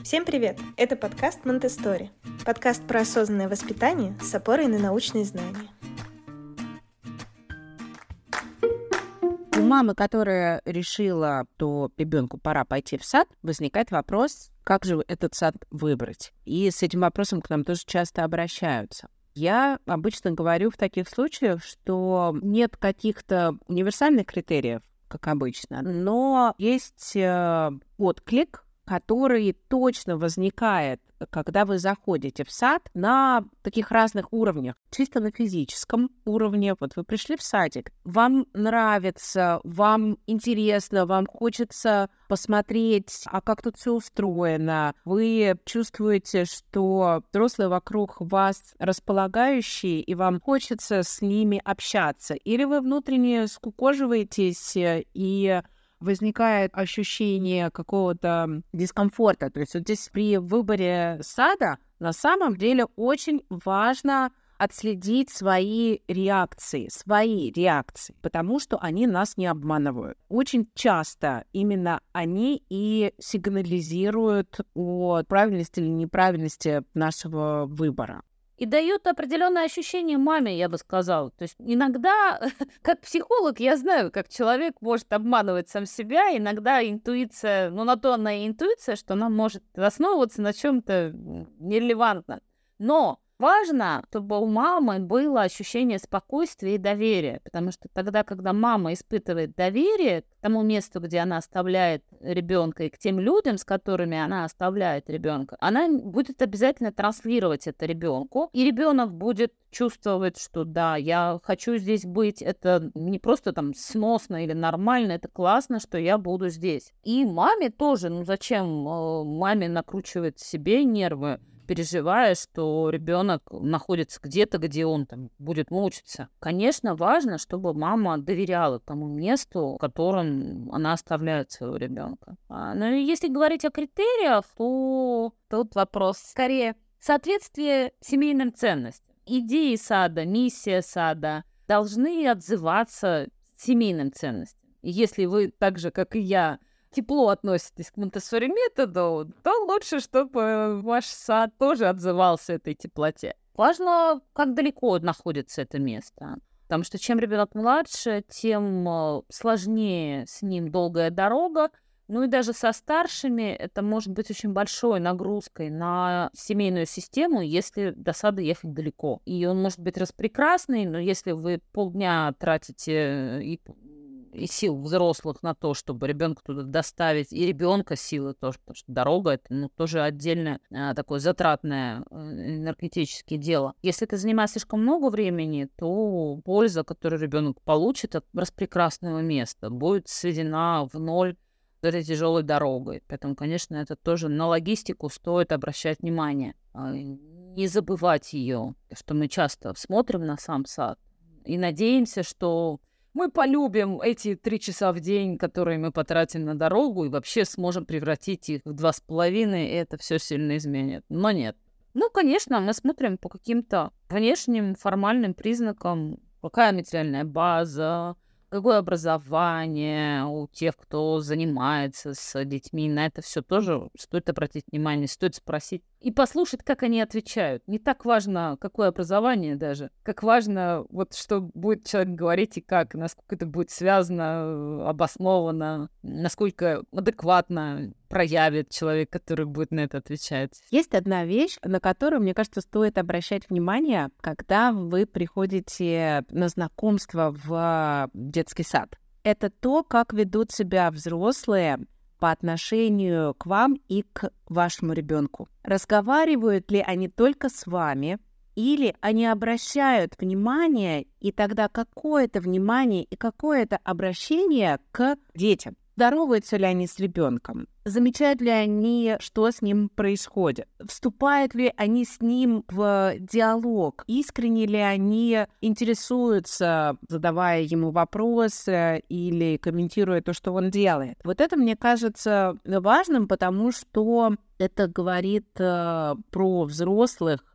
Всем привет! Это подкаст «Монтессори». Подкаст про осознанное воспитание с опорой на научные знания. У мамы, которая решила, что ребенку пора пойти в сад, возникает вопрос, как же этот сад выбрать. И с этим вопросом к нам тоже часто обращаются. Я обычно говорю в таких случаях, что нет каких-то универсальных критериев, как обычно, но есть отклик, который точно возникает, когда вы заходите в сад на таких разных уровнях. Чисто на физическом уровне. Вот вы пришли в садик, вам нравится, вам интересно, вам хочется посмотреть, а как тут все устроено. Вы чувствуете, что взрослые вокруг вас располагающие, и вам хочется с ними общаться. Или вы внутренне скукоживаетесь и возникает ощущение какого-то дискомфорта. То есть вот здесь при выборе сада на самом деле очень важно отследить свои реакции, потому что они нас не обманывают. Очень часто именно они и сигнализируют о правильности или неправильности нашего выбора. И дает определенное ощущение маме, я бы сказала. То есть иногда, как психолог, я знаю, как человек может обманывать сам себя. Иногда интуиция, на то она и интуиция, что она может основываться на чем-то нерелевантном. Но важно, чтобы у мамы было ощущение спокойствия и доверия, потому что тогда, когда мама испытывает доверие к тому месту, где она оставляет ребенка, и к тем людям, с которыми она оставляет ребенка, она будет обязательно транслировать это ребенку, и ребенок будет чувствовать, что да, я хочу здесь быть, это не просто там сносно или нормально, это классно, что я буду здесь. И маме тоже, зачем маме накручивать себе нервы, переживая, что ребенок находится где-то, где он там будет мучиться. Конечно, важно, чтобы мама доверяла тому месту, в котором она оставляет своего ребенка. Но если говорить о критериях, то тут вопрос скорее соответствие семейным ценностям. Идеи сада, миссия сада должны отзываться семейным ценностям. И если вы так же, как и я, тепло относитесь к Монтессори методу, то лучше, чтобы ваш сад тоже отзывался этой теплоте. Важно, как далеко находится это место. Потому что чем ребенок младше, тем сложнее с ним долгая дорога. И даже со старшими это может быть очень большой нагрузкой на семейную систему, если до сада ехать далеко. И он может быть распрекрасный, но если вы полдня тратите и сил взрослых на то, чтобы ребенка туда доставить, и ребенка силы тоже, потому что дорога это тоже отдельное такое затратное энергетическое дело. Если это занимает слишком много времени, то польза, которую ребенок получит от распрекрасного места, будет сведена в ноль этой тяжелой дорогой. Поэтому, конечно, это тоже на логистику стоит обращать внимание. Не забывать ее, что мы часто смотрим на сам сад и надеемся, что мы полюбим эти 3 часа в день, которые мы потратим на дорогу, и вообще сможем превратить их в 2,5, и это все сильно изменит. Но нет. Конечно, мы смотрим по каким-то внешним формальным признакам, какая материальная база, какое образование у тех, кто занимается с детьми. На это все тоже стоит обратить внимание, стоит спросить и послушать, как они отвечают. Не так важно, какое образование даже, как важно, что будет человек говорить и как, насколько это будет связано, обосновано, насколько адекватно проявит человек, который будет на это отвечать. Есть одна вещь, на которую, мне кажется, стоит обращать внимание, когда вы приходите на знакомство в детский сад. Это то, как ведут себя взрослые по отношению к вам и к вашему ребенку. Разговаривают ли они только с вами, или они обращают внимание, и тогда какое-то внимание и какое-то обращение к детям? Здороваются ли они с ребенком? Замечают ли они, что с ним происходит? Вступают ли они с ним в диалог? Искренне ли они интересуются, задавая ему вопросы или комментируя то, что он делает? Вот это, мне кажется, важным, потому что это говорит про взрослых,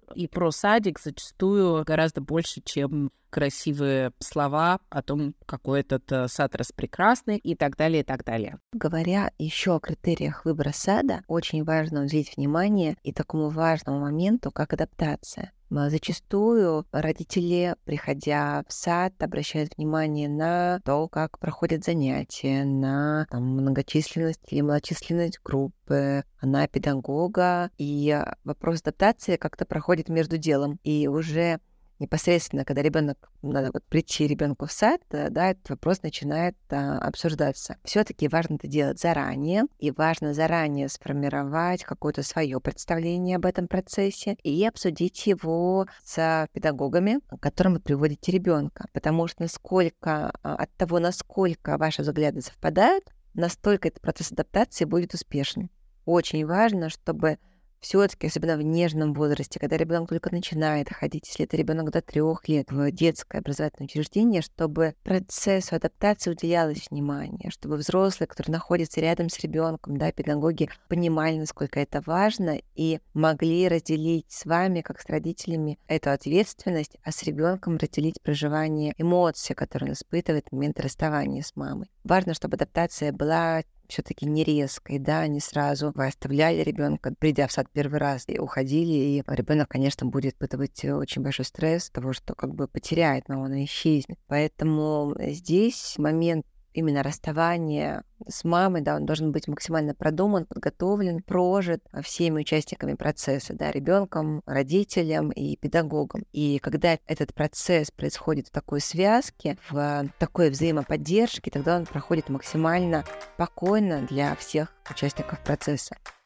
И про садик зачастую гораздо больше, чем красивые слова о том, какой этот сад распрекрасный и так далее, и так далее. Говоря еще о критериях выбора сада, очень важно уделить внимание и такому важному моменту, как адаптация. Зачастую родители, приходя в сад, обращают внимание на то, как проходят занятия, на многочисленность или малочисленность группы, на педагога. И вопрос адаптации как-то проходит между делом. И уже непосредственно, когда надо прийти ребенку в сад, да, этот вопрос начинает обсуждаться. Все-таки важно это делать заранее, и важно заранее сформировать какое-то свое представление об этом процессе и обсудить его с педагогами, к которым вы приводите ребенка. Потому что от того, насколько ваши взгляды совпадают, настолько этот процесс адаптации будет успешным. Очень важно, чтобы все-таки, особенно в нежном возрасте, когда ребенок только начинает ходить, если это ребенок до 3 лет в детское образовательное учреждение, чтобы процессу адаптации уделялось внимание, чтобы взрослые, которые находятся рядом с ребенком, да, педагоги, понимали, насколько это важно, и могли разделить с вами, как с родителями, эту ответственность, а с ребенком разделить проживание эмоций, которые он испытывает в момент расставания с мамой. Важно, чтобы адаптация была все-таки не резкой, да, не сразу вы оставляли ребенка, придя в сад первый раз, и уходили, и ребенок, конечно, будет испытывать очень большой стресс того, что потеряет, но он исчезнет. Поэтому здесь момент именно расставания с мамой, да, он должен быть максимально продуман, подготовлен, прожит всеми участниками процесса, да, ребенком, родителем и педагогом. И когда этот процесс происходит в такой связке, в такой взаимоподдержке, тогда он проходит максимально спокойно для всех участников процесса.